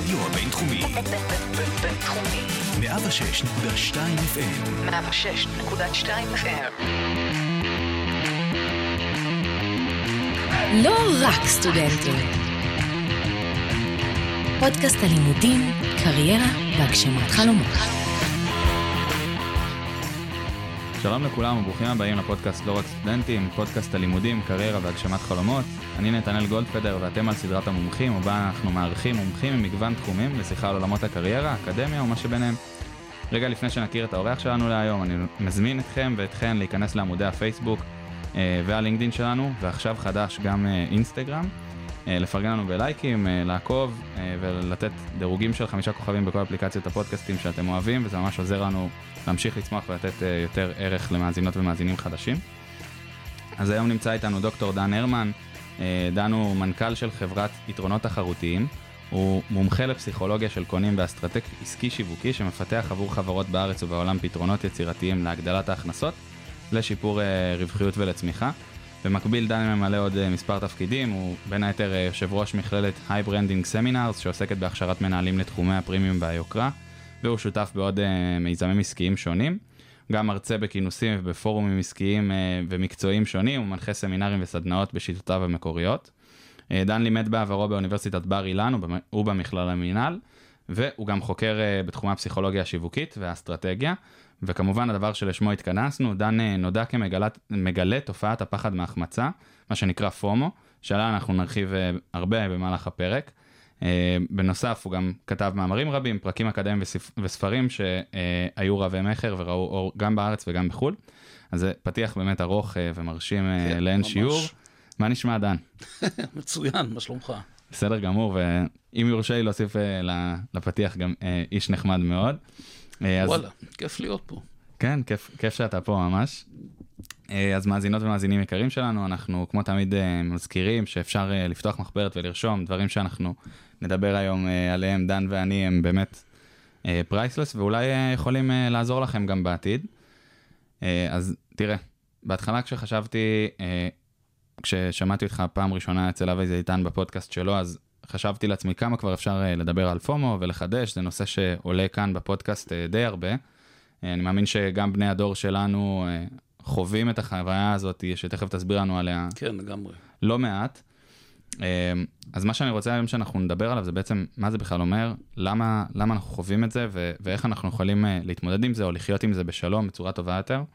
הרדיו הבינתחומי. בינתחומי. 106.2 FM. 106.2 FM. לא רק סטודנטים. פודקאסט הלימודים, קריירה והגשמת חלומות. שלום לכולם וברוכים הבאים לפודקאסט לא רק סטודנטים, פודקאסט הלימודים, קריירה והגשמת חלומות. אני נתנאל גולדפדר ואתם על סדרת המומחים, ובה אנחנו מארחים מומחים ממגוון תחומים לשיחה על עולמות הקריירה, האקדמיה ומה שביניהם. רגע לפני שנכיר את האורח שלנו להיום, אני מזמין אתכם ואתכן להיכנס לעמודי הפייסבוק והלינקדין שלנו, ועכשיו חדש גם אינסטגרם, לפרגן לנו בלייקים, לעקוב ולתת דירוגים של 5 כוכבים בכל אפליקציות הפודקאסטים שאתם אוהבים, וזה ממש עוזר לנו להמשיך לצמוח ולתת יותר ערך למאזינות ומאזינים חדשים. אז היום נמצא איתנו דוקטור דן הרמן. דן הוא מנכ"ל של חברת יתרונות תחרותיים, הוא מומחה לפסיכולוגיה של קונים באסטרטג עסקי שיווקי שמפתח עבור חברות בארץ ובעולם פתרונות יצירתיים להגדלת ההכנסות, לשיפור רווחיות ולצמיחה. במקביל דן ממלא עוד מספר תפקידים, הוא בין היתר יושב ראש מכללת היי ברנדינג סמינרס שעוסקת בהכשרת מנהלים לתחומי הפרימיום והיוקרה, והוא שותף בעוד מיזמים עסקיים שונים, גם מרצה בכינוסים ובפורומים עסקיים ומקצועיים שונים, הוא מנחה סמינרים וסדנאות בשיטותיו המקוריות. דן לימד בעברו באוניברסיטת בר אילן ובמכללה למינהל, והוא גם חוקר בתחומי הפסיכולוגיה השיווקית והאסטרטגיה, וכמובן הדבר שלשמו התכנסנו, דן נודע כמגלה תופעת הפחד מהחמצה, מה שנקרא פומו, שעליה אנחנו נרחיב הרבה במהלך הפרק. בנוסף הוא גם כתב מאמרים רבים, פרקים אקדמיים וספרים שהיו רבי מחר וראו אור גם בארץ וגם בחול. אז זה פתיח באמת ארוך ומרשים לאין שיעור. מה נשמע דן? מצוין, מה שלומך? בסדר גמור, ואם יורשה לי להוסיף לפתיח גם איש נחמד מאוד. וואלה, כיף להיות פה. כן, כיף שאתה פה ממש. אז מאזינות ומאזינים יקרים שלנו, אנחנו כמו תמיד מזכירים שאפשר לפתוח מחברת ולרשום דברים שאנחנו נדבר היום עליהם, דן ואני, הם באמת פרייסלס, ואולי יכולים לעזור לכם גם בעתיד. אז תראה, בהתחלה כששמעתי אותך פעם ראשונה אצל אבי זיתן בפודקאסט שלו, אז חשבתי לעצמי כמה כבר אפשר לדבר על פומו ולחדש, זה נושא שעולה כאן בפודקאסט די הרבה. אני מאמין שגם בני הדור שלנו חווים את החוויה הזאת, שתכף תסביר לנו עליה. כן, לגמרי. לא מעט. אז מה שאני רוצה היום שאנחנו נדבר עליו, זה בעצם מה זה בכלל אומר, למה אנחנו חווים את זה, ואיך אנחנו יכולים להתמודד עם זה, או לחיות עם זה בשלום, בצורה טובה יותר.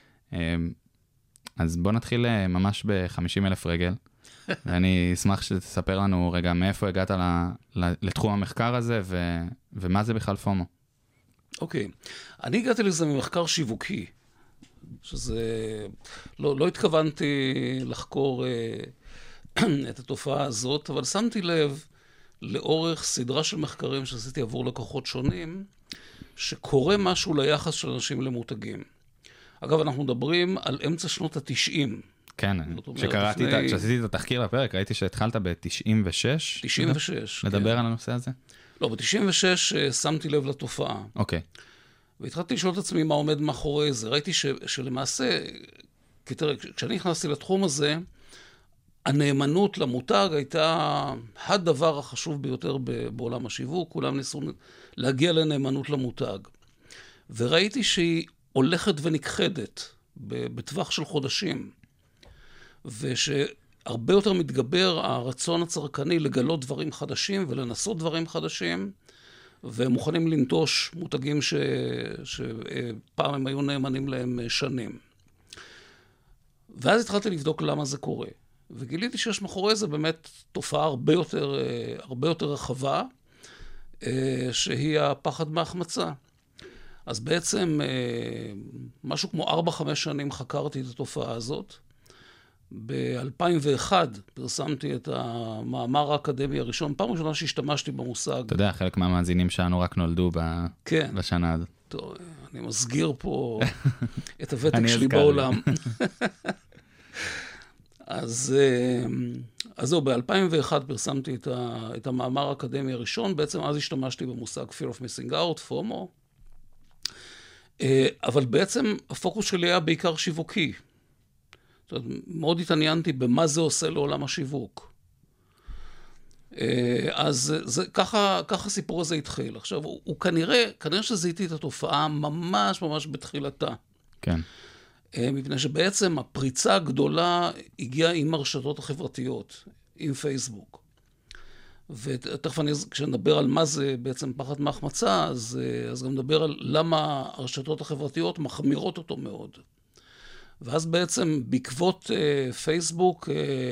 אז בוא נתחיל ממש ב-50,000 רגל, ואני אשמח שתספר לנו רגע מאיפה הגעת לתחום המחקר הזה, ומה זה בכלל פומו. אוקיי. אני הגעתי לזה ממחקר שיווקי, שזה, לא התכוונתי לחקור את התופעה הזאת, אבל שמתי לב לאורך סדרה של מחקרים שעשיתי עבור לקוחות שונים, שקורה משהו ליחס של אנשים למותגים. אגב, אנחנו מדברים על אמצע שנות ה-90. כן, כשעשיתי את התחקיר לפרק, ראיתי שהתחלת ב-96. 96, כן. לדבר על הנושא הזה? לא, ב-96 שמתי לב לתופעה. אוקיי. והתחלתי לשאול את עצמי מה עומד מאחורי זה. ראיתי שלמעשה, כשאני נכנסתי לתחום הזה, הנאמנות למותג הייתה הדבר החשוב ביותר בעולם השיווק. כולם ניסו להגיע לנאמנות למותג. וראיתי שהיא הולכת ונכחדת בטווח של חודשים. ושהרבה יותר מתגבר הרצון הצרכני לגלות דברים חדשים ולנסות דברים חדשים, והם מוכנים לנטוש מותגים שפעם הם היו נאמנים להם שנים. ואז התחלתי לבדוק למה זה קורה. וגיליתי שיש מאחורי זה באמת תופעה הרבה יותר רחבה, שהיא הפחד מהחמצה. אז בעצם משהו כמו 4-5 שנים חקרתי את התופעה הזאת. ב-2001 פרסמתי את המאמר האקדמי הראשון, פעם ראשונה שהשתמשתי במושג. אתה יודע, חלק מהמאזינים שלנו רק נולדו בשנה הזאת. טוב, אני מסגיר פה את הוותק שלי בעולם. אז זהו, ב-2001 פרסמתי את המאמר האקדמי הראשון, בעצם אז השתמשתי במושג Fear of Missing Out, פומו, אבל בעצם הפוקוס שלי היה בעיקר שיווקי. זאת אומרת, מאוד התעניינתי במה זה עושה לעולם השיווק. אז ככה הסיפור הזה התחיל. עכשיו, הוא כנראה שזיהיתי את התופעה ממש ממש בתחילתה. כן. מפני שבעצם הפריצה הגדולה הגיעה עם הרשתות החברתיות, עם פייסבוק. ותכף כשנדבר על מה זה בעצם פחד מהחמצה, אז גם נדבר על למה הרשתות החברתיות מחמירות אותו מאוד. ואז בעצם בעקבות פייסבוק,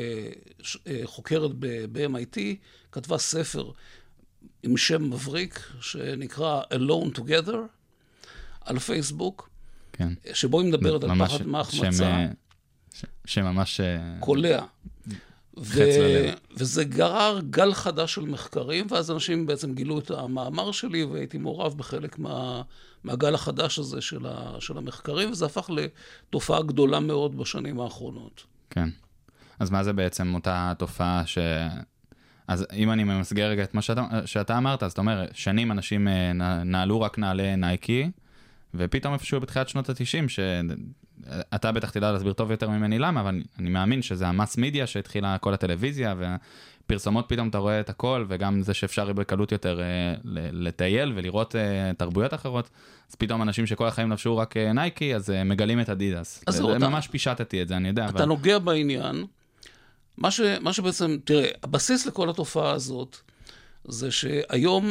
חוקרת ב-MIT, כתבה ספר עם שם מבריק, שנקרא Alone Together, על פייסבוק, כן. שבו היא מדברת על פחד מהחמצה. שממש קולע. חץ ללב. וזה גרר גל חדש של מחקרים, ואז אנשים בעצם גילו את המאמר שלי, והייתי מעורב בחלק מהגל החדש הזה של המחקרים, וזה הפך לתופעה גדולה מאוד בשנים האחרונות. כן. אז מה זה בעצם אותה תופעה אז אם אני ממסגר רגע את מה שאתה אמרת, אז אתה אומר, שנים אנשים נעלו רק נעלי נייקי, ופתאום איפשהו בתחילת שנות ה-90, שאתה בטח תדע להסביר טוב יותר ממני למה, אבל אני מאמין שזה המס מידיה שהתחילה כל הטלוויזיה, והפרסומות פתאום אתה רואה את הכל, וגם זה שאפשר בקלות יותר לטייל ולראות תרבויות אחרות, אז פתאום אנשים שכל החיים לבשו רק נייקי, אז מגלים את אדידס. ממש פישטתי את זה, אני יודע. אתה נוגע בעניין, מה שבעצם, תראה, הבסיס לכל התופעה הזאת, זה שהיום,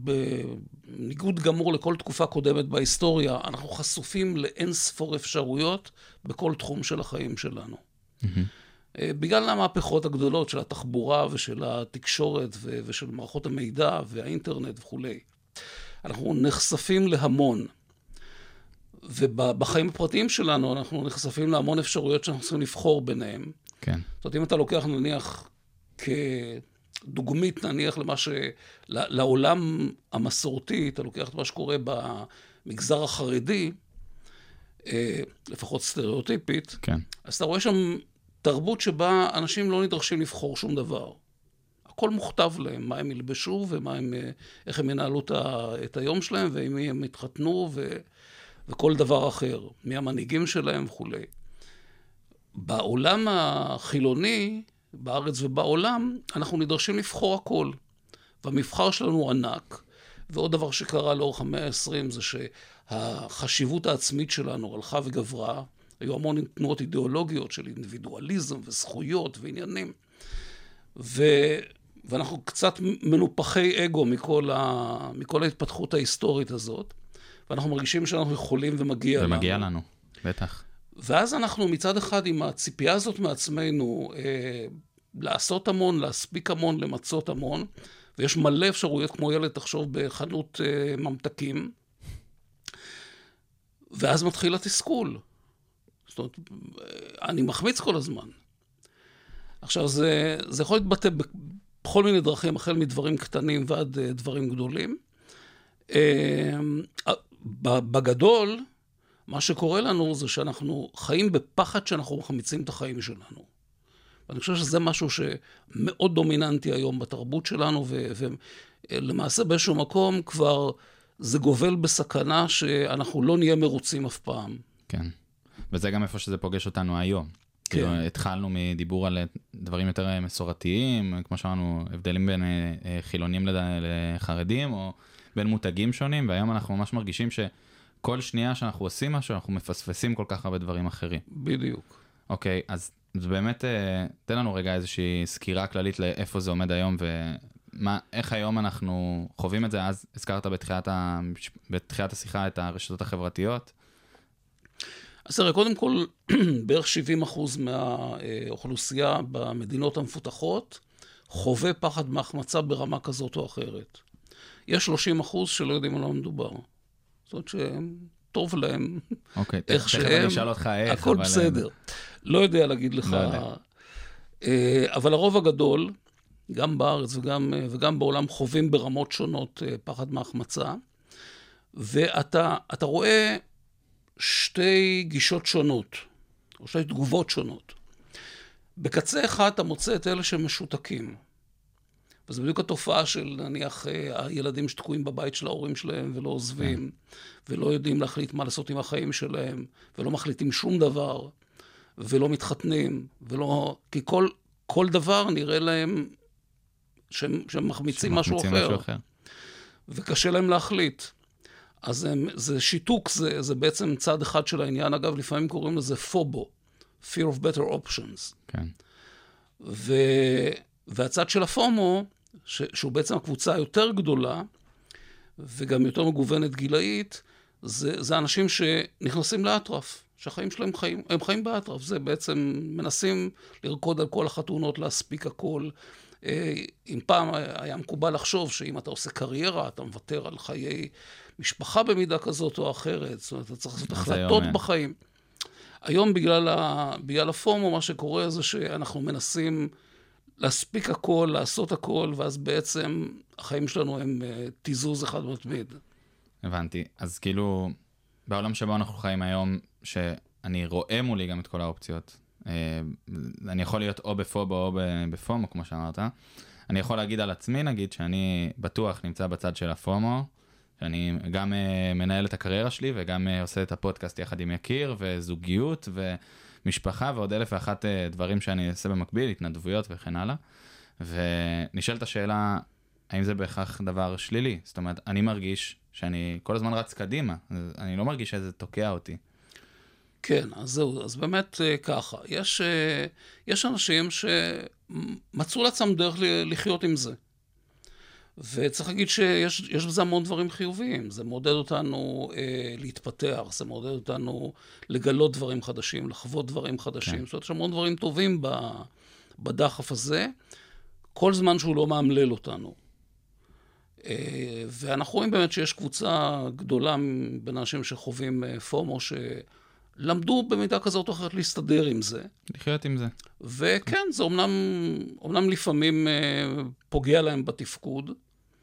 בניגוד גמור לכל תקופה קודמת בהיסטוריה, אנחנו חשופים לאין ספור אפשרויות בכל תחום של החיים שלנו. בגלל המהפכות הגדולות של התחבורה ושל התקשורת ושל מערכות המידע והאינטרנט וכו'. אנחנו נחשפים להמון. ובחיים הפרטיים שלנו אנחנו נחשפים להמון אפשרויות שאנחנו צריכים לבחור ביניהם. כן. זאת אומרת, אם אתה לוקח נניח דוגמית נניח לעולם המסורתי, אתה לוקח את מה שקורה במגזר החרדי, לפחות סטריאוטיפית, כן. אז אתה רואה שם תרבות שבה אנשים לא נדרשים לבחור שום דבר. הכל מוכתב להם, מה הם ילבשו איך הם ינהלו את היום שלהם, ועם מי הם התחתנו וכל דבר אחר, מי המנהיגים שלהם וכו'. בעולם החילוני, בארץ ובעולם, אנחנו נדרשים לבחור הכל. והמבחר שלנו ענק. ועוד דבר שקרה לאורך המאה ה-20 זה שהחשיבות העצמית שלנו הלכה וגברה. היו המון תנועות אידיאולוגיות של אינדיבידואליזם וזכויות ועניינים. ואנחנו קצת מנופחי אגו מכל ההתפתחות ההיסטורית הזאת. ואנחנו מרגישים שאנחנו יכולים ומגיע לנו. ומגיע לנו, בטח. ואז אנחנו מצד אחד עם הציפייה הזאת מעצמנו לעשות המון, להספיק המון, למצות המון, ויש מלא אפשרויות כמו ילד תחשוב בחנות ממתקים, ואז מתחיל התסכול. זאת אומרת, אני מחמיץ כל הזמן. עכשיו, זה יכול להתבטא בכל מיני דרכים, החל מדברים קטנים ועד דברים גדולים. בגדול, מה שקורה לנו זה שאנחנו חיים בפחד שאנחנו מחמיצים את החיים שלנו. ואני חושב שזה משהו שמאוד דומיננטי היום בתרבות שלנו, ולמעשה באיזשהו מקום כבר זה גובל בסכנה שאנחנו לא נהיה מרוצים אף פעם. כן. וזה גם איפה שזה פוגש אותנו היום. כן. כאילו, התחלנו מדיבור על דברים יותר מסורתיים, כמו שאמרנו, הבדלים בין חילונים לחרדים, או בין מותגים שונים, והיום אנחנו ממש מרגישים כל שנייה שאנחנו עושים משהו, אנחנו מפספסים כל כך הרבה דברים אחרים. בדיוק. אוקיי, אז באמת, תן לנו רגע איזושהי סקירה כללית לאיפה זה עומד היום, ואיך היום אנחנו חווים את זה. אז הזכרת בתחילת השיחה את הרשתות החברתיות. אז תראה, קודם כל, בערך 70% מהאוכלוסייה במדינות המפותחות, חווה פחד מהחמצה ברמה כזאת או אחרת. יש 30% שלא יודעים על מה מדובר. זאת אומרת שהם טוב להם, אוקיי, איך שהם, הכל בסדר. לא יודע להגיד לך, אבל הרוב הגדול, גם בארץ וגם בעולם, חווים ברמות שונות פחד מהחמצה, ואתה רואה שתי גישות שונות, או שתי תגובות שונות. בקצה אחד אתה מוצא את אלה שמשותקים, וזה בדיוק התופעה של נניח הילדים שתקועים בבית של ההורים שלהם ולא עוזבים, ולא יודעים להחליט מה לעשות עם החיים שלהם, ולא מחליטים שום דבר, ולא מתחתנים, כי כל דבר נראה להם שהם מחמיצים משהו אחר. וקשה להם להחליט. אז זה שיתוק, זה בעצם צד אחד של העניין. אגב, לפעמים קוראים לזה פובו, Fear of Better Options. כן. והצד של הפומו, שהוא בעצם הקבוצה היותר גדולה, וגם יותר מגוונת גילאית, זה אנשים שנכנסים לאטרף, שהחיים שלהם הם חיים באטרף. זה בעצם מנסים לרקוד על כל החתונות, להספיק הכל. אם פעם היה מקובל לחשוב שאם אתה עושה קריירה, אתה מוותר על חיי משפחה במידה כזאת או אחרת. זאת אומרת, אתה צריך לעשות החלטות בחיים. היום בגלל הפומו, מה שקורה זה שאנחנו מנסים להספיק הכל, לעשות הכל, ואז בעצם החיים שלנו הם תיזוז אחד מתמיד. הבנתי. אז כאילו, בעולם שבו אנחנו חיים היום, שאני רואה מולי גם את כל האופציות, אני יכול להיות או בפובו או בפומו, כמו שאמרת. אני יכול להגיד על עצמי, נגיד, שאני בטוח נמצא בצד של הפומו, שאני גם מנהל את הקריירה שלי, וגם עושה את הפודקאסט יחד עם יקיר, וזוגיות, ומשפחה, ועוד 1,001 דברים שאני אעשה במקביל, התנדבויות וכן הלאה. ונשאלת השאלה, האם זה בהכרח דבר שלילי? זאת אומרת, אני מרגיש שאני כל הזמן רץ קדימה, אני לא מרגיש שזה תוקע אותי. כן, אז זהו, אז באמת ככה. יש אנשים שמצאו לעצמם דרך לחיות עם זה. וצריך להגיד שיש בזה המון דברים חיוביים. זה מעודד אותנו להתפתח, זה מעודד אותנו לגלות דברים חדשים, לחוות דברים חדשים. כן. זאת אומרת, יש המון דברים טובים בדחף הזה, כל זמן שהוא לא מאמלל אותנו. ואנחנו רואים באמת שיש קבוצה גדולה בין אנשים שחווים פומו, שלמדו במידה כזאת או אחרת להסתדר עם זה. לחיות עם זה. וכן, זה אומנם לפעמים פוגע להם בתפקוד.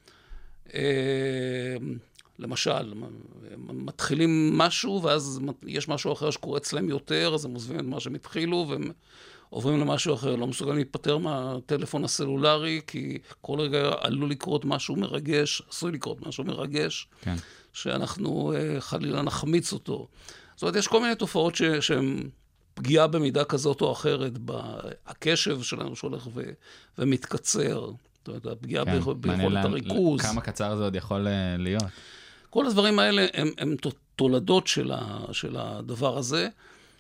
למשל, מתחילים משהו, ואז יש משהו אחר שקורץ להם יותר, אז הם עוזבים את מה שהם התחילו, והם עוברים למשהו אחר. לא מסוגלים להתפטר מהטלפון הסלולרי, כי כל רגע עלול לקרות משהו מרגש, עשוי לקרות משהו מרגש, כן. שאנחנו חלילה נחמיץ אותו. זאת אומרת, יש כל מיני תופעות שהן פגיעה במידה כזאת או אחרת, הקשב שלנו שהולך ומתקצר. זאת אומרת, הפגיעה ביכולת הריכוז. כמה קצר זה עוד יכול להיות? כל הדברים האלה הם תולדות של הדבר הזה,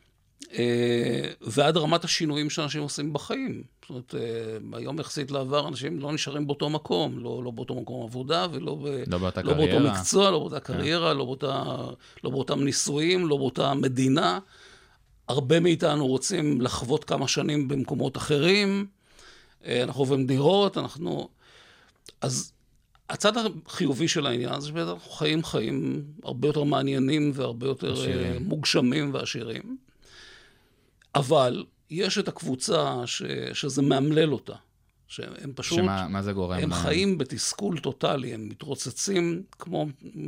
ועד רמת השינויים שאנשים עושים בחיים. זאת אומרת, היום יחסית לעבר, אנשים לא נשארים באותו מקום, לא באותו מקום עבודה, ולא באותו מקצוע, לא באותה קריירה, לא באותם ניסויים, לא באותה מדינה. הרבה מאיתנו רוצים לחוות כמה שנים במקומות אחרים, אנחנו עוברים דירות, אז הצד החיובי של העניין זה שאנחנו חיים הרבה יותר מעניינים והרבה יותר מוגשמים ועשירים. אבל יש את הקבוצה שזה מאמלל אותה. שהם פשוט... מה זה גורם? הם חיים בתסכול טוטלי, הם מתרוצצים כמו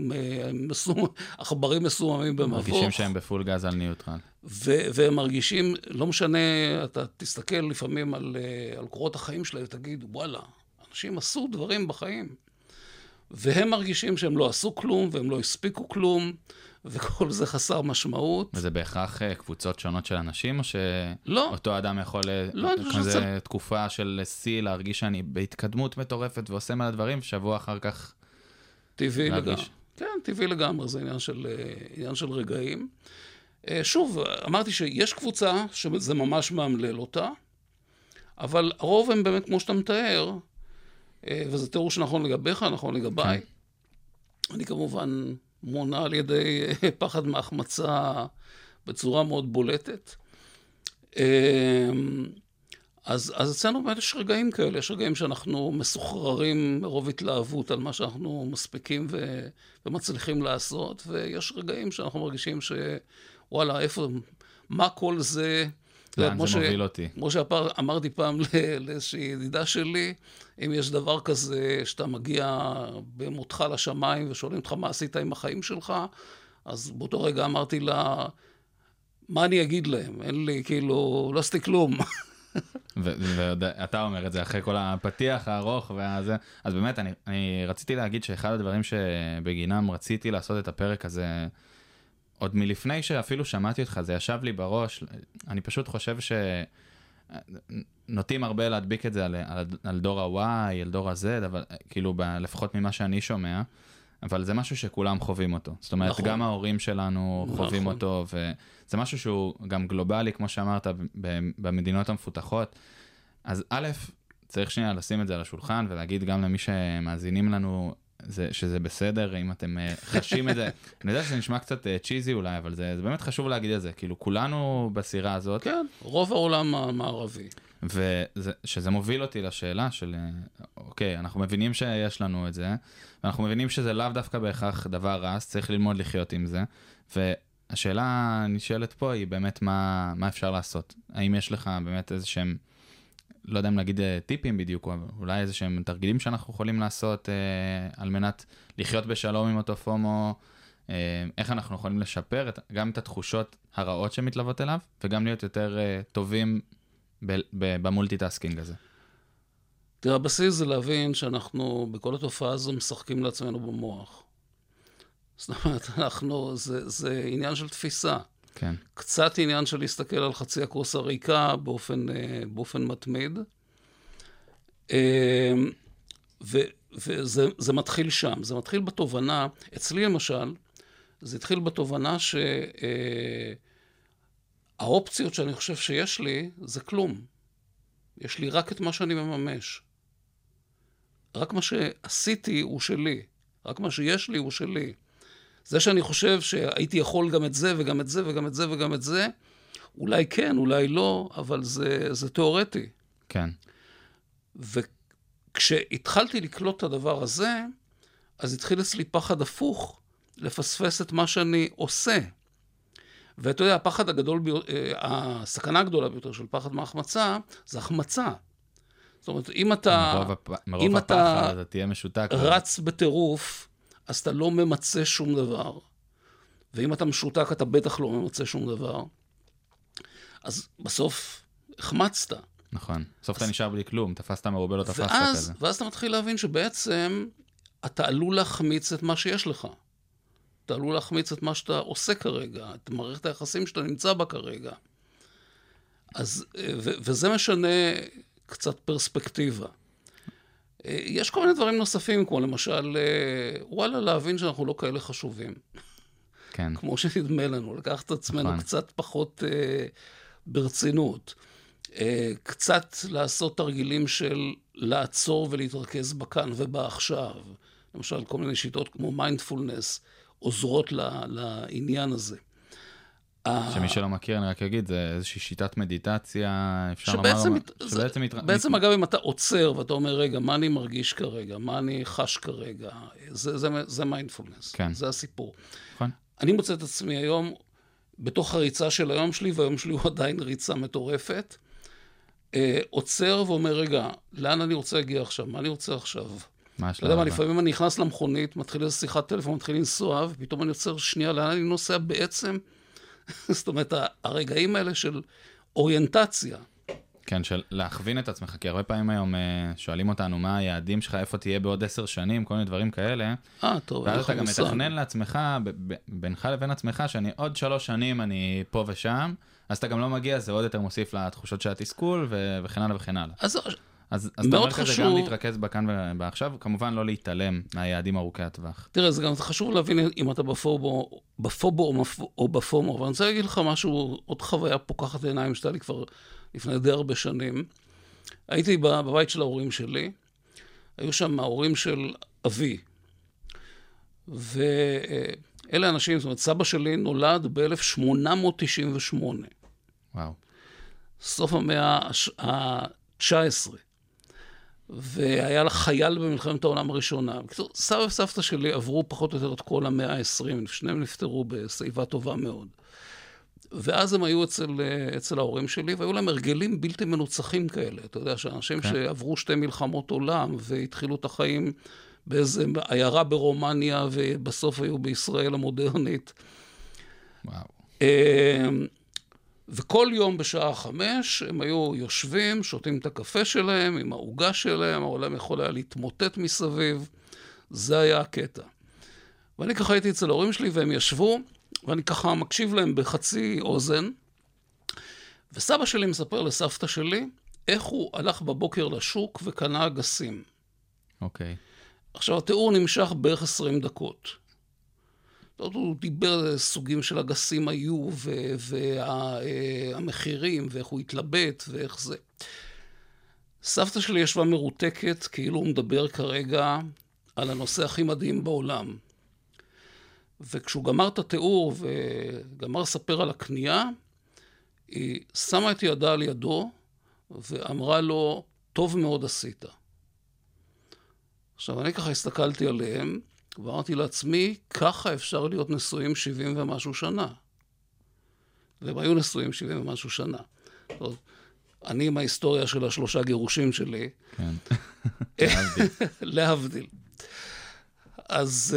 עכברים מסוממים במבוך. מרגישים שהם בפול גז על ניוטרל. והם מרגישים, לא משנה, אתה תסתכל לפעמים על קורות החיים שלהם ותגיד, וואלה, אנשים עשו דברים בחיים. והם מרגישים שהם לא עשו כלום, והם לא הספיקו כלום, וכל זה חסר משמעות. וזה בהכרח קבוצות שונות של אנשים, או לא. שאותו אדם יכול כזה תקופה של שיא להרגיש שאני בהתקדמות מטורפת ועושה מלא דברים, ושבוע אחר כך טבעי לגמרי. כן, טבעי לגמרי, זה עניין של רגעים. שוב, אמרתי שיש קבוצה שזה ממש מאמלל אותה, אבל הרוב הם באמת כמו שאתה מתאר, וזה תיאור שנכון לגביך, נכון לגביי. אני כמובן מונה על ידי פחד מהחמצה בצורה מאוד בולטת. אז אצלנו באמת יש רגעים כאלה, יש רגעים שאנחנו מסוחררים מרוב התלהבות על מה שאנחנו מספיקים ומצליחים לעשות, ויש רגעים שאנחנו מרגישים שוואלה, מה כל זה... לאן זה מוביל אותי? כמו שאמרתי פעם לאיזושהי ידידה שלי, אם יש דבר כזה שאתה מגיע במותך לשמיים ושואלים אותך מה עשית עם החיים שלך, אז באותו רגע אמרתי לה, מה אני אגיד להם? אין לי, כאילו, לא עשיתי כלום. ואתה אומר את זה אחרי כל הפתיח הארוך והזה. אז באמת, אני רציתי להגיד שאחד הדברים שבגינם רציתי לעשות את הפרק הזה, עוד מלפני שאפילו שמעתי אותך, זה ישב לי בראש. אני פשוט חושב נוטים הרבה להדביק את זה על דור ה-Y, על דור ה-Z, אבל כאילו לפחות ממה שאני שומע, אבל זה משהו שכולם חווים אותו. זאת אומרת, נכון. גם ההורים שלנו חווים נכון. אותו, וזה משהו שהוא גם גלובלי, כמו שאמרת, במדינות המפותחות. אז א', צריך שנייה לשים את זה על השולחן, ולהגיד גם למי שמאזינים לנו, שזה בסדר, אם אתם חשים את זה. אני יודע שזה נשמע קצת צ'יזי אולי, אבל זה באמת חשוב להגיד את זה. כאילו, כולנו בסירה הזאת. כן, רוב העולם המערבי. ושזה מוביל אותי לשאלה של, אוקיי, אנחנו מבינים שיש לנו את זה, ואנחנו מבינים שזה לאו דווקא בהכרח דבר רע, צריך ללמוד לחיות עם זה. והשאלה הנשאלת פה היא באמת מה אפשר לעשות. האם יש לך באמת איזה שהם, לא יודע אם להגיד טיפים בדיוק, או אולי איזה שהם תרגילים שאנחנו יכולים לעשות על מנת לחיות בשלום עם אותו פומו, איך אנחנו יכולים לשפר גם את התחושות הרעות שמתלוות אליו, וגם להיות יותר טובים במולטיטאסקינג הזה. תראה, הבסיס זה להבין שאנחנו בכל התופעה הזו משחקים לעצמנו במוח. זאת אומרת, זה עניין של תפיסה. כן. קצת עניין של להסתכל על חצי הכוס הריקה באופן מתמיד. וזה מתחיל שם. זה מתחיל בתובנה, אצלי למשל, זה התחיל בתובנה האופציות שאני חושב שיש לי, זה כלום. יש לי רק את מה שאני מממש. רק מה שעשיתי הוא שלי. רק מה שיש לי הוא שלי. זה שאני חושב שהייתי יכול גם את זה, וגם את זה, וגם את זה, וגם את זה, אולי כן, אולי לא, אבל זה תיאורטי. כן. וכשהתחלתי לקלוט את הדבר הזה, אז התחיל אצלי פחד הפוך, לפספס את מה שאני עושה. ואתה יודע, הפחד הגדול, הסכנה הגדולה ביותר של פחד מהחמצה, זה החמצה. זאת אומרת, אם אתה תהיה משותק, רץ בטירוף, אז אתה לא ממצא שום דבר. ואם אתה משותק, אתה בטח לא ממצא שום דבר. אז בסוף החמצת. נכון. בסוף אתה נשאר בלי כלום, תפסת מרובה, לא תפסת כזה. ואז אתה מתחיל להבין שבעצם אתה עלול להחמיץ את מה שיש לך. אתה עלול להחמיץ את מה שאתה עושה כרגע, את מערכת היחסים שאתה נמצא בה כרגע. וזה משנה קצת פרספקטיבה. יש כל מיני דברים נוספים, כמו למשל, וואלה, להבין שאנחנו לא כאלה חשובים. כן. כמו שנדמה לנו, לקחת את עצמנו קצת פחות ברצינות. קצת לעשות תרגילים של לעצור ולהתרכז בכאן ובעכשיו. למשל, כל מיני שיטות כמו מיינדפולנס, עוזרות לעניין הזה. שמי שלא מכיר, אני רק אגיד, זה איזושהי שיטת מדיטציה, אפשר לומר, בעצם אגב, אם אתה עוצר ואתה אומר, רגע, מה אני מרגיש כרגע? מה אני חש כרגע? זה מיינדפולנס. כן. זה הסיפור. נכון. אני מוצא את עצמי היום, בתוך הריצה של היום שלי, והיום שלי הוא עדיין ריצה מטורפת, עוצר ואומר, רגע, לאן אני רוצה להגיע עכשיו? מה אני רוצה עכשיו? לפעמים אני נכנס למכונית, מתחיל איזו שיחת טלפון, מתחיל לנסוע, ופתאום אני יוצר שנייה, לאן אני נוסע בעצם? זאת אומרת, הרגעים האלה של אוריינטציה. כן, של להכווין את עצמך, כי הרבה פעמים היום שואלים אותנו מה היעדים שלך, איפה תהיה בעוד 10 שנים, כל מיני דברים כאלה. טוב. ואז אתה גם מתכנן לעצמך, בינך לבין עצמך, שאני עוד 3 שנים אני פה ושם, אז אתה גם לא מגיע, זה עוד יותר מוסיף לתחושות של התסכול, וכן הלאה וכן הלאה. אז אתה אומר כזה גם להתרכז בכאן ובעכשיו, כמובן לא להתעלם מהיעדים ארוכי הטווח. תראה, זה גם חשוב להבין אם אתה בפובו או בפומו, אבל אני רוצה להגיד לך משהו, עוד חוויה פוקחת עיניים שתה לי כבר לפני די הרבה שנים. הייתי בבית של ההורים שלי, היו שם ההורים של אבי, ואלה אנשים, זאת אומרת, סבא שלי נולד ב-1898. וואו. סוף המאה ה-19. והיה לה חייל במלחמת העולם הראשונה. סבא וסבתא שלי עברו פחות או יותר את כל המאה ה-20, שניהם נפטרו בשיבה טובה מאוד. ואז הם היו אצל ההורים שלי, והיו להם הרגלים בלתי מנוצחים כאלה. אתה יודע, שאנשים שעברו 2 מלחמות עולם, והתחילו את החיים באיזו עיירה ברומניה, ובסוף היו בישראל המודרנית. וואו. וכל יום בשעה 5 הם היו יושבים, שותים את הקפה שלהם, עם העוגה שלהם, העולם יכול היה להתמוטט מסביב. זה היה הקטע. ואני ככה הייתי אצל ההורים שלי, והם ישבו, ואני ככה מקשיב להם בחצי אוזן, וסבא שלי מספר לסבתא שלי, איך הוא הלך בבוקר לשוק וקנה אגסים. אוקיי. עכשיו, התיאור נמשך בערך 20 דקות. הוא דיבר סוגים של אגסים היו, והמחירים, ואיך הוא התלבט, ואיך זה. סבתא שלי ישבה מרותקת, כאילו הוא מדבר כרגע על הנושא הכי מדהים בעולם. וכשהוא גמר את התיאור וגמר לספר על הקנייה, היא שמה את ידה על ידו ואמרה לו, טוב מאוד עשית. עכשיו, אני ככה הסתכלתי עליהם, ואמרתי לעצמי, ככה אפשר להיות נשואים 70 ומשהו שנה. והם היו נשואים 70 ומשהו שנה. טוב, אני עם ההיסטוריה של 3 גירושים שלי. כן. להבדיל. להבדיל. אז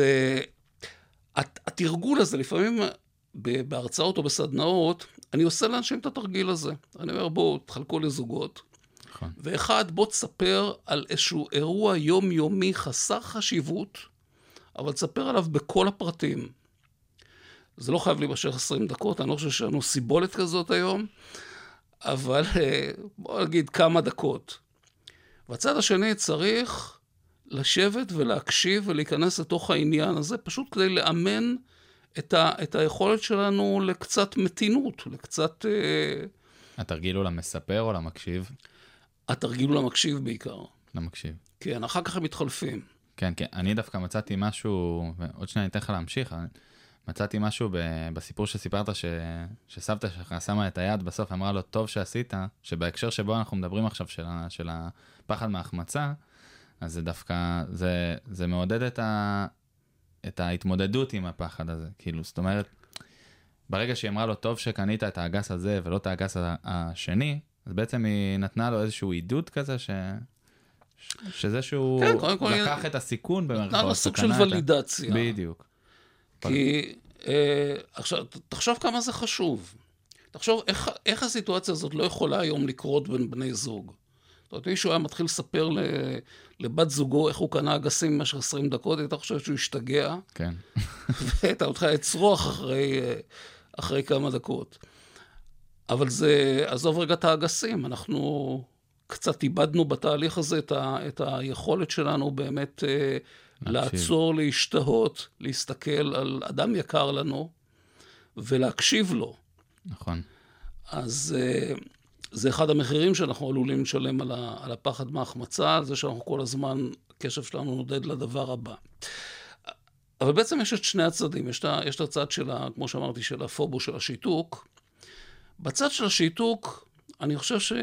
התרגול הזה, לפעמים בהרצאות או בסדנאות, אני עושה לאנשים את התרגיל הזה. אני אומר, בואו, תחלקו לזוגות. נכון. ואחד, בוא תספר על איזשהו אירוע יומיומי חסר חשיבות, אבל תספר עליו בכל הפרטים. זה לא חייב להימשך 20 דקות, אני לא חושב שיש לנו סיבולת כזאת היום, אבל בוא נגיד כמה דקות. והצד השני צריך לשבת ולהקשיב ולהיכנס לתוך העניין הזה, פשוט כדי לאמן את היכולת שלנו לקצת מתינות, לקצת... התרגיל הוא למספר או למקשיב? התרגיל הוא למקשיב בעיקר. למקשיב. כן, אחר כך הם מתחלפים. כן, כן. אני דווקא מצאתי משהו, ועוד שניה אני אתן לך להמשיך, מצאתי משהו בסיפור שסיפרת שסבתא שלך שמה את היד בסוף, אמרה לו, טוב שעשית, שבהקשר שבו אנחנו מדברים עכשיו של הפחד מהחמצה, אז זה דווקא, זה מעודד את ההתמודדות עם הפחד הזה. כאילו, זאת אומרת, ברגע שהיא אמרה לו, טוב שקנית את האגס הזה ולא את האגס השני, אז בעצם היא נתנה לו איזשהו עידוד כזה שזה שהוא לקח את הסיכון במרכאות. נתנה לו סוג של ולידציה. בדיוק. כי עכשיו, תחשוב כמה זה חשוב. תחשוב איך הסיטואציה הזאת לא יכולה היום לקרות בין בני זוג. זאת אומרת, מישהו היה מתחיל לספר לבת זוגו איך הוא קנה אגסים במשך 20 דקות, אתה חושב שהוא השתגע. כן. ואתה מתחיל לצרוח אחרי כמה דקות. אבל זה, עזוב רגע את האגסים, אנחנו קצת איבדנו בתהליך הזה את היכולת שלנו באמת לעצור, להשתהות, להסתכל על אדם יקר לנו, ולהקשיב לו. נכון. אז זה אחד המחירים שאנחנו עלולים לשלם על הפחד מהחמצה, זה שאנחנו כל הזמן, הקשב שלנו נודד לדבר הבא. אבל בעצם יש את שני הצדדים, יש את הצד של, כמו שאמרתי, של הפובו, של השיתוק. בצד של השיתוק, אני חושב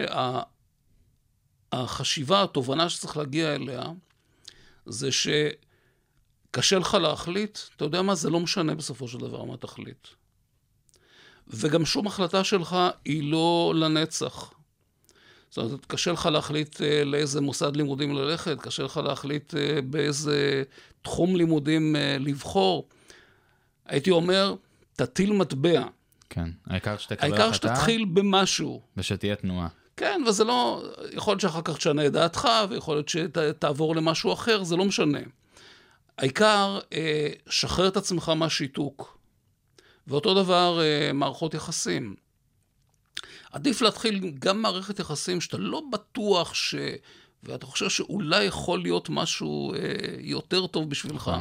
שהחשיבה, התובנה שצריך להגיע אליה, זה שקשה לך להחליט, אתה יודע מה, זה לא משנה בסופו של דבר מה תחליט. וגם שום החלטה שלך היא לא לנצח. זאת אומרת, קשה לך להחליט לאיזה מוסד לימודים ללכת, קשה לך להחליט באיזה תחום לימודים לבחור. הייתי אומר, תטיל מטבע. כן, העיקר שתקבל העיקר שתתחיל במשהו. ושתהיה תנועה. כן, וזה לא, יכול להיות שאחר כך תשנה את דעתך, ויכול להיות שתעבור למשהו אחר, זה לא משנה. העיקר, שחרר את עצמך מהשיתוק. ואותו דבר, מערכות יחסים. עדיף להתחיל גם מערכת יחסים שאתה לא בטוח ואתה חושב שאולי יכול להיות משהו יותר טוב בשבילך.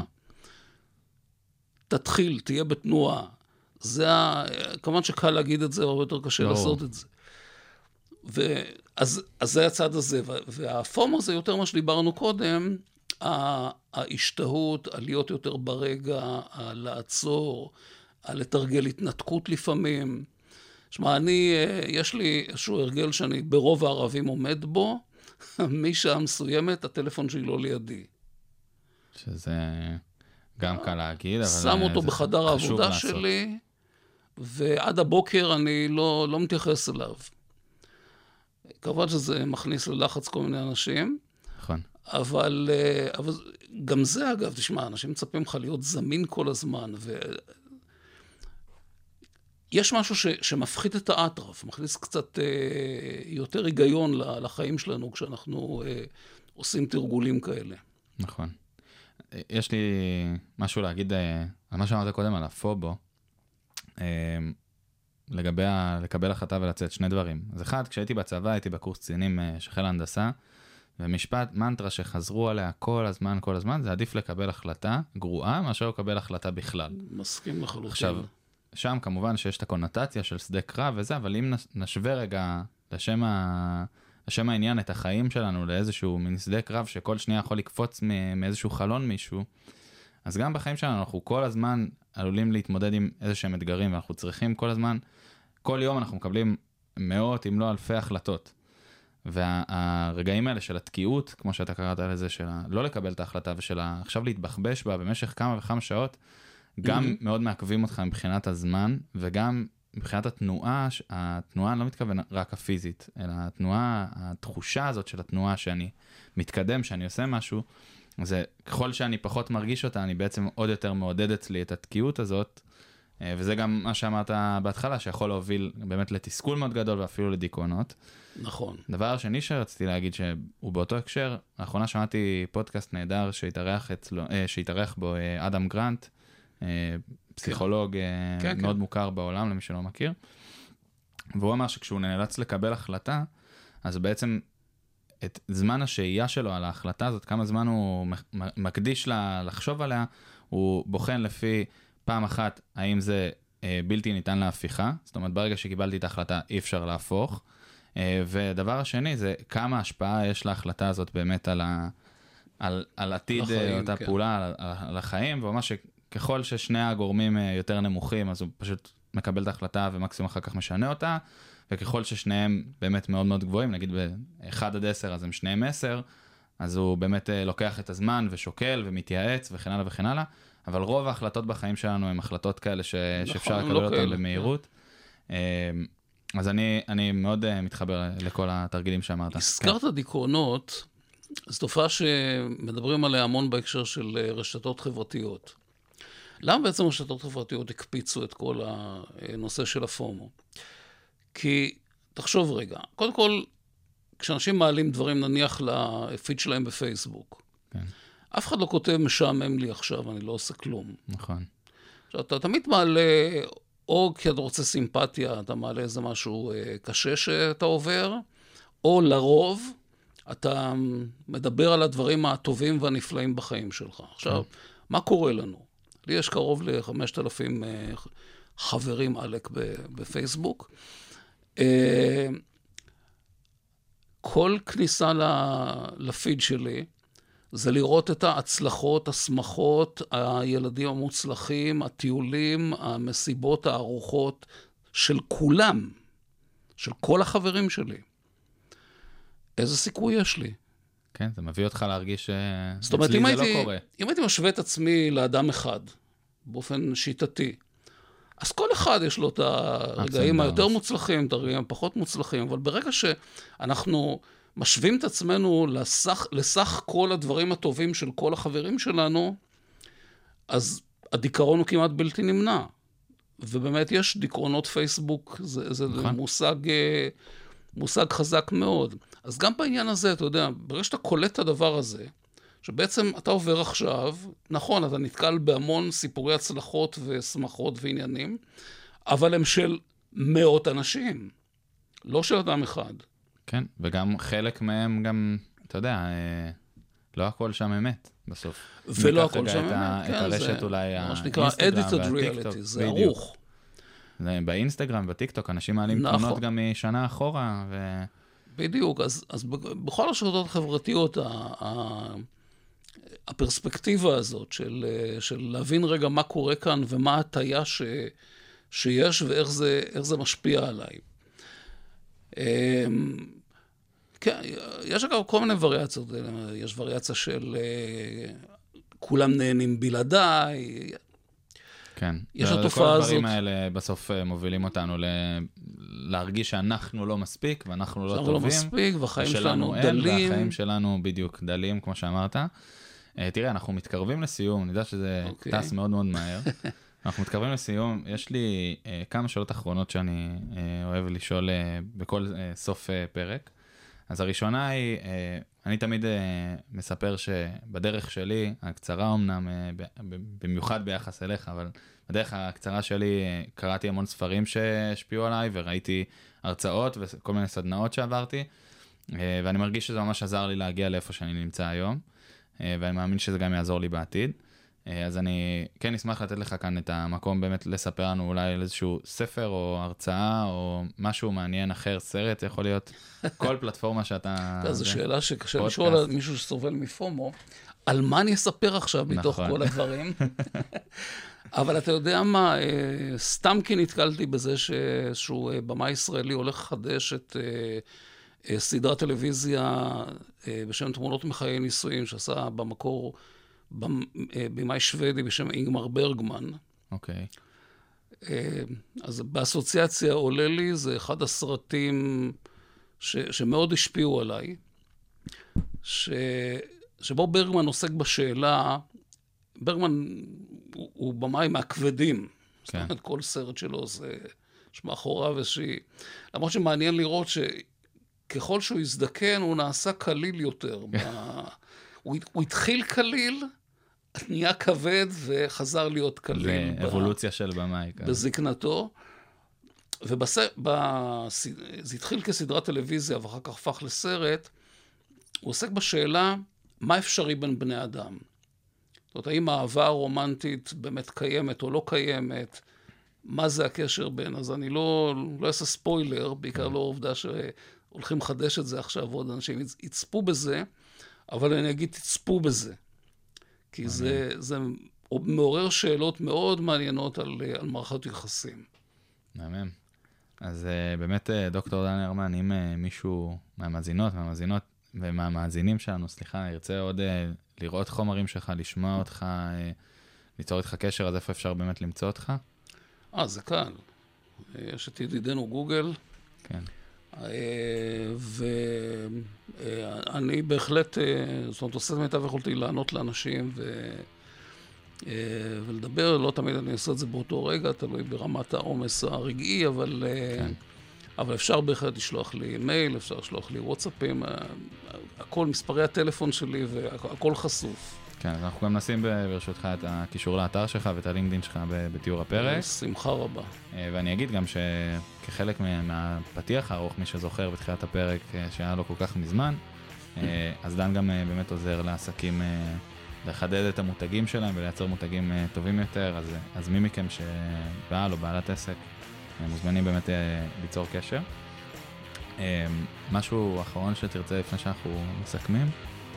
תתחיל, תהיה בתנועה. כמובן שקל להגיד את זה, הרבה יותר קשה לעשות את זה. אז זה הצד הזה. והפומו זה יותר מה שדיברנו קודם, ההשתהות, על להיות יותר ברגע, על לעצור, על לתרגל התנתקות לפעמים. שמע, יש לי איזשהו הרגל שאני ברוב הערבים עומד בו, משעה מסוימת, הטלפון שלי לא לידי. שזה גם קל להגיד, אבל שם אותו בחדר העבודה שלי, ועד הבוקר אני לא מתייחס אליו. כמובן שזה מכניס ללחץ כל מיני אנשים. נכון. אבל גם זה, אגב, תשמע, אנשים מצפים לך להיות זמין כל הזמן, יש משהו שמפחית את האטרף, מכניס קצת יותר היגיון לחיים שלנו כשאנחנו עושים תרגולים כאלה. נכון. יש לי משהו להגיד על מה שאמרת קודם על הפובו. לגבי לקבל החלטה ולצאת, שני דברים. אז אחד, כשהייתי בצבא, הייתי בקורס קצינים של חיל ההנדסה, ומשפט, מנטרה שחזרו עליה כל הזמן, זה עדיף לקבל החלטה גרועה, מאשר לקבל החלטה בכלל. מסכים לחלוטין. עכשיו, שם כמובן שיש את הקונוטציה של שדה קרב וזה, אבל אם נשווה רגע לשם העניין את החיים שלנו לאיזשהו מין שדה קרב, שכל שנייה יכול לקפוץ מאיזשהו חלון מישהו, אז גם בחיים שלנו אנחנו כל הזמן עלולים להתמודד עם איזשהם אתגרים, ואנחנו צריכים כל הזמן, כל יום אנחנו מקבלים מאות אם לא אלפי החלטות. והרגעים האלה של התקיעות, כמו שאתה קראת לזה, של לא לקבל את ההחלטה ושל עכשיו להתבחבש בה במשך כמה וכמה שעות, גם מאוד מעכבים אותך מבחינת הזמן, וגם מבחינת התנועה, אני לא מתכוון רק הפיזית, אלא התחושה הזאת של התנועה שאני מתקדם, שאני עושה משהו, זה ככל שאני פחות מרגיש אותה, אני בעצם עוד יותר מעודד אצלי את התקיעות הזאת, וזה גם מה שאמרת בהתחלה, שיכול להוביל באמת לתסכול מאוד גדול, ואפילו לדיכאונות. נכון. דבר שני שרציתי להגיד, שהוא באותו הקשר, לאחרונה שמעתי פודקאסט נהדר שהתארח בו אדם גרנט, פסיכולוג מאוד מוכר בעולם, למי שלא מכיר, והוא אמר שכשהוא נאלץ לקבל החלטה, אז בעצם את זמן השהייה שלו על ההחלטה הזאת, כמה זמן הוא מקדיש לחשוב עליה, הוא בוחן לפי פעם אחת, האם זה בלתי ניתן להפיכה, זאת אומרת, ברגע שקיבלתי את ההחלטה, אי אפשר להפוך, ודבר השני זה כמה השפעה יש להחלטה הזאת באמת על עתיד אותה פעולה, על החיים, ואומר שככל ששני הגורמים יותר נמוכים, אז הוא פשוט מקבל את ההחלטה ומקסימום אחר כך משנה אותה, וככל ששניהם באמת מאוד מאוד גבוהים, נגיד ב-1 עד 10, אז הם שניהם 10, אז הוא באמת לוקח את הזמן ושוקל ומתייעץ וכן הלאה וכן הלאה, אבל רוב ההחלטות בחיים שלנו הן החלטות כאלה שאפשר לקבל אותן במהירות. אז אני מאוד מתחבר לכל התרגילים שאמרת. הזכרת דיכאונות, זו תופעה שמדברים עליה המון בהקשר של רשתות חברתיות. למה בעצם רשתות חברתיות הקפיצו את כל הנושא של הפומו? כי תחשוב רגע, קודם כל, כשאנשים מעלים דברים נניח לפיד שלהם בפייסבוק, כן. אף אחד לא כותב משעמם לי עכשיו, אני לא עושה כלום. נכון. עכשיו, אתה תמיד מעלה, או כי אתה רוצה סימפתיה, אתה מעלה איזה משהו קשה שאתה עובר, או לרוב, אתה מדבר על הדברים הטובים והנפלאים בחיים שלך. עכשיו, מה קורה לנו? לי יש קרוב ל-5,000 חברים עלק בפייסבוק. כל כניסה לפיד שלי, זה לראות את ההצלחות, השמחות, הילדים המוצלחים, הטיולים, המסיבות, הארוחות, של כולם, של כל החברים שלי. איזה סיכוי יש לי? כן, זה מביא אותך להרגיש זאת אומרת, אצלי זה לא קורה. אם הייתי משווה את עצמי לאדם אחד, באופן שיטתי, אז כל אחד יש לו את הרגעים היותר מוצלחים, את הרגעים הפחות מוצלחים, אבל ברגע שאנחנו משווים את עצמנו לסך כל הדברים הטובים של כל החברים שלנו, אז הדיכאון הוא כמעט בלתי נמנע. ובאמת יש דיכאונות פייסבוק, זה מושג חזק מאוד. אז גם בעניין הזה, אתה יודע, ברגע שאתה קולט את הדבר הזה, שבעצם אתה עובר עכשיו, נכון, אתה נתקל בהמון סיפורי הצלחות ושמחות ועניינים, אבל הם של מאות אנשים, לא של אדם אחד. כן, וגם חלק מהם גם, אתה יודע, לא הכל שם אמת בסוף. ולא הכל שם אמת, כן. את הרשת אולי מה שנקרא edited reality, זה ערוך. באינסטגרם, בטיקטוק, אנשים מעלים תמונות גם משנה אחורה. בדיוק, אז בכל השרתות החברתיות, הפרספקטיבה הזאת של להבין רגע מה קורה כאן ומה ההטיה שיש ואיך זה משפיע עליי. כן, יש אגב כל מיני וריאציות, יש וריאציה של כולם נהנים בלעדיי. כן, יש התופעה הזאת. כל הדברים האלה בסוף מובילים אותנו להרגיש שאנחנו לא מספיק, ואנחנו לא טובים. לא מספיק, והחיים שלנו דלים. והחיים שלנו בדיוק דלים, כמו שאמרת. תראה, אנחנו מתקרבים לסיום, אני יודע שזה טס מאוד מאוד מהר. אנחנו מתקרבים לסיום, יש לי כמה שאלות אחרונות שאני אוהב לשאול בכל סוף פרק. אז הראשונה היא, אני תמיד מספר שבדרך שלי, הקצרה אמנם, במיוחד ביחס אליך, אבל בדרך הקצרה שלי קראתי המון ספרים שהשפיעו עליי, וראיתי הרצאות וכל מיני סדנאות שעברתי, ואני מרגיש שזה ממש עזר לי להגיע לאיפה שאני נמצא היום, ואני מאמין שזה גם יעזור לי בעתיד. אז אני כן אשמח לתת לך כאן את המקום באמת לספר לנו אולי על איזשהו ספר או הרצאה או משהו מעניין אחר, סרט, יכול להיות כל פלטפורמה שאתה... זו שאלה שקשה לשאול על מישהו שסובל מפומו, על מה אני אספר עכשיו מתוך כל הדברים? אבל אתה יודע מה, סתם כי נתקלתי בזה שהוא במה ישראלי הולך לחדש את סדרת טלוויזיה בשם תמונות מחיי נישואים, שעשה במקור במאי שוודי בשם אינגמר ברגמן. אוקיי. אז באסוציאציה עולה לי, זה אחד הסרטים שמאוד השפיעו עליי, שבו ברגמן עוסק בשאלה, ברגמן הוא במאי מהכבדים. זאת אומרת, כל סרט שלו זה שמאחוריו איזושהי... למרות שמעניין לראות שככל שהוא הזדקן, הוא נעשה קליל יותר. הוא התחיל קליל, נהיה כבד וחזר להיות קליל. זה אבולוציה של במאי. בזקנתו. זה התחיל כסדרת טלוויזיה ואחר כך הפך לסרט. הוא עוסק בשאלה מה אפשרי בין בני אדם. זאת אומרת, האם האהבה הרומנטית באמת קיימת או לא קיימת? מה זה הקשר בין? אז אני לא אעשה ספוילר, בעיקר לא עובדה שהולכים לחדש את זה עכשיו, ועוד אנשים יצפו בזה, אבל אני אגיד, תצפו בזה. כי זה מעורר שאלות מאוד מעניינות על מערכות יחסים. מהמם. אז באמת, דוקטור דן הרמן, אם מישהו מהמאזינות ומהמאזינים שלנו, סליחה, ירצה עוד לראות חומרים שלך, לשמוע אותך, ליצור איתך קשר, אז איפה אפשר באמת למצוא אותך? זה קל. יש את ידידנו גוגל. כן. ואני בהחלט, זאת אומרת, עושה את מיטב יכולתי לענות לאנשים ולדבר, לא תמיד אני עושה את זה באותו רגע, תלוי ברמת העומס הרגעי, אבל אפשר בהחלט לשלוח לי מייל, אפשר לשלוח לי וואטסאפים, הכל, מספרי הטלפון שלי והכל חשוף. כן, אז אנחנו גם נשים ברשותך את הקישור לאתר שלך ואת הלינקדין שלך בתיאור הפרק. שמחה רבה. ואני אגיד גם שכחלק מהפתיח הארוך, מי שזוכר בתחילת הפרק שהיה לו כל כך מזמן, אז דן גם באמת עוזר לעסקים לחדד את המותגים שלהם ולייצר מותגים טובים יותר, אז מי מכם שבעל או בעלת עסק מוזמנים באמת ליצור קשר. משהו אחרון שתרצה לפני שאנחנו מסכמים?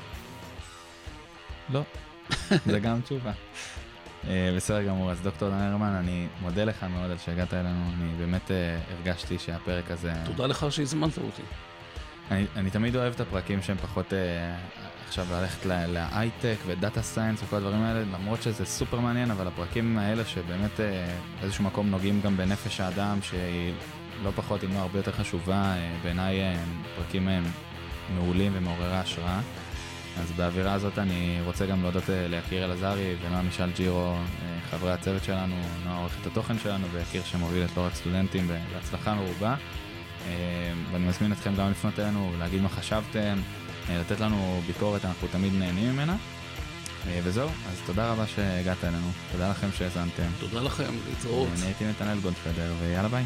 לא, זה גם תשובה. בסדר גמור, אז דוקטור דן הרמן, אני מודה לך מאוד על שהגעת אלינו, אני באמת הרגשתי שהפרק הזה... תודה לך שהזמנת אותי. אני תמיד אוהב את הפרקים שהם פחות עכשיו ללכת להייטק ודאטה סיינס וכל הדברים האלה, למרות שזה סופר מעניין, אבל הפרקים האלה שבאמת באיזשהו מקום נוגעים גם בנפש האדם, שהיא לא פחות, אם לא הרבה יותר חשובה, בעיניי פרקים מעולים ומעוררי השראה. אז באווירה הזאת אני רוצה גם להודות ליקיר אלעזרי ונועה מישל ג'ירו, חברי הצוות שלנו, נועה עורכת התוכן שלנו, ויקיר שמוביל את לא רק סטודנטים בהצלחה מרובה. ואני מזמין אתכם גם לפנות אלינו, להגיד מה חשבתם, לתת לנו ביקורת, אנחנו תמיד נהנים ממנה. וזהו, אז תודה רבה שהגעת אלינו, תודה לכם שהזנתם. תודה לכם, להתראות. אני הייתי נתנאל גולדפדר, ויאללה ביי.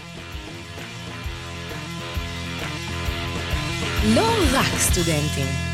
לא רק סטודנטים.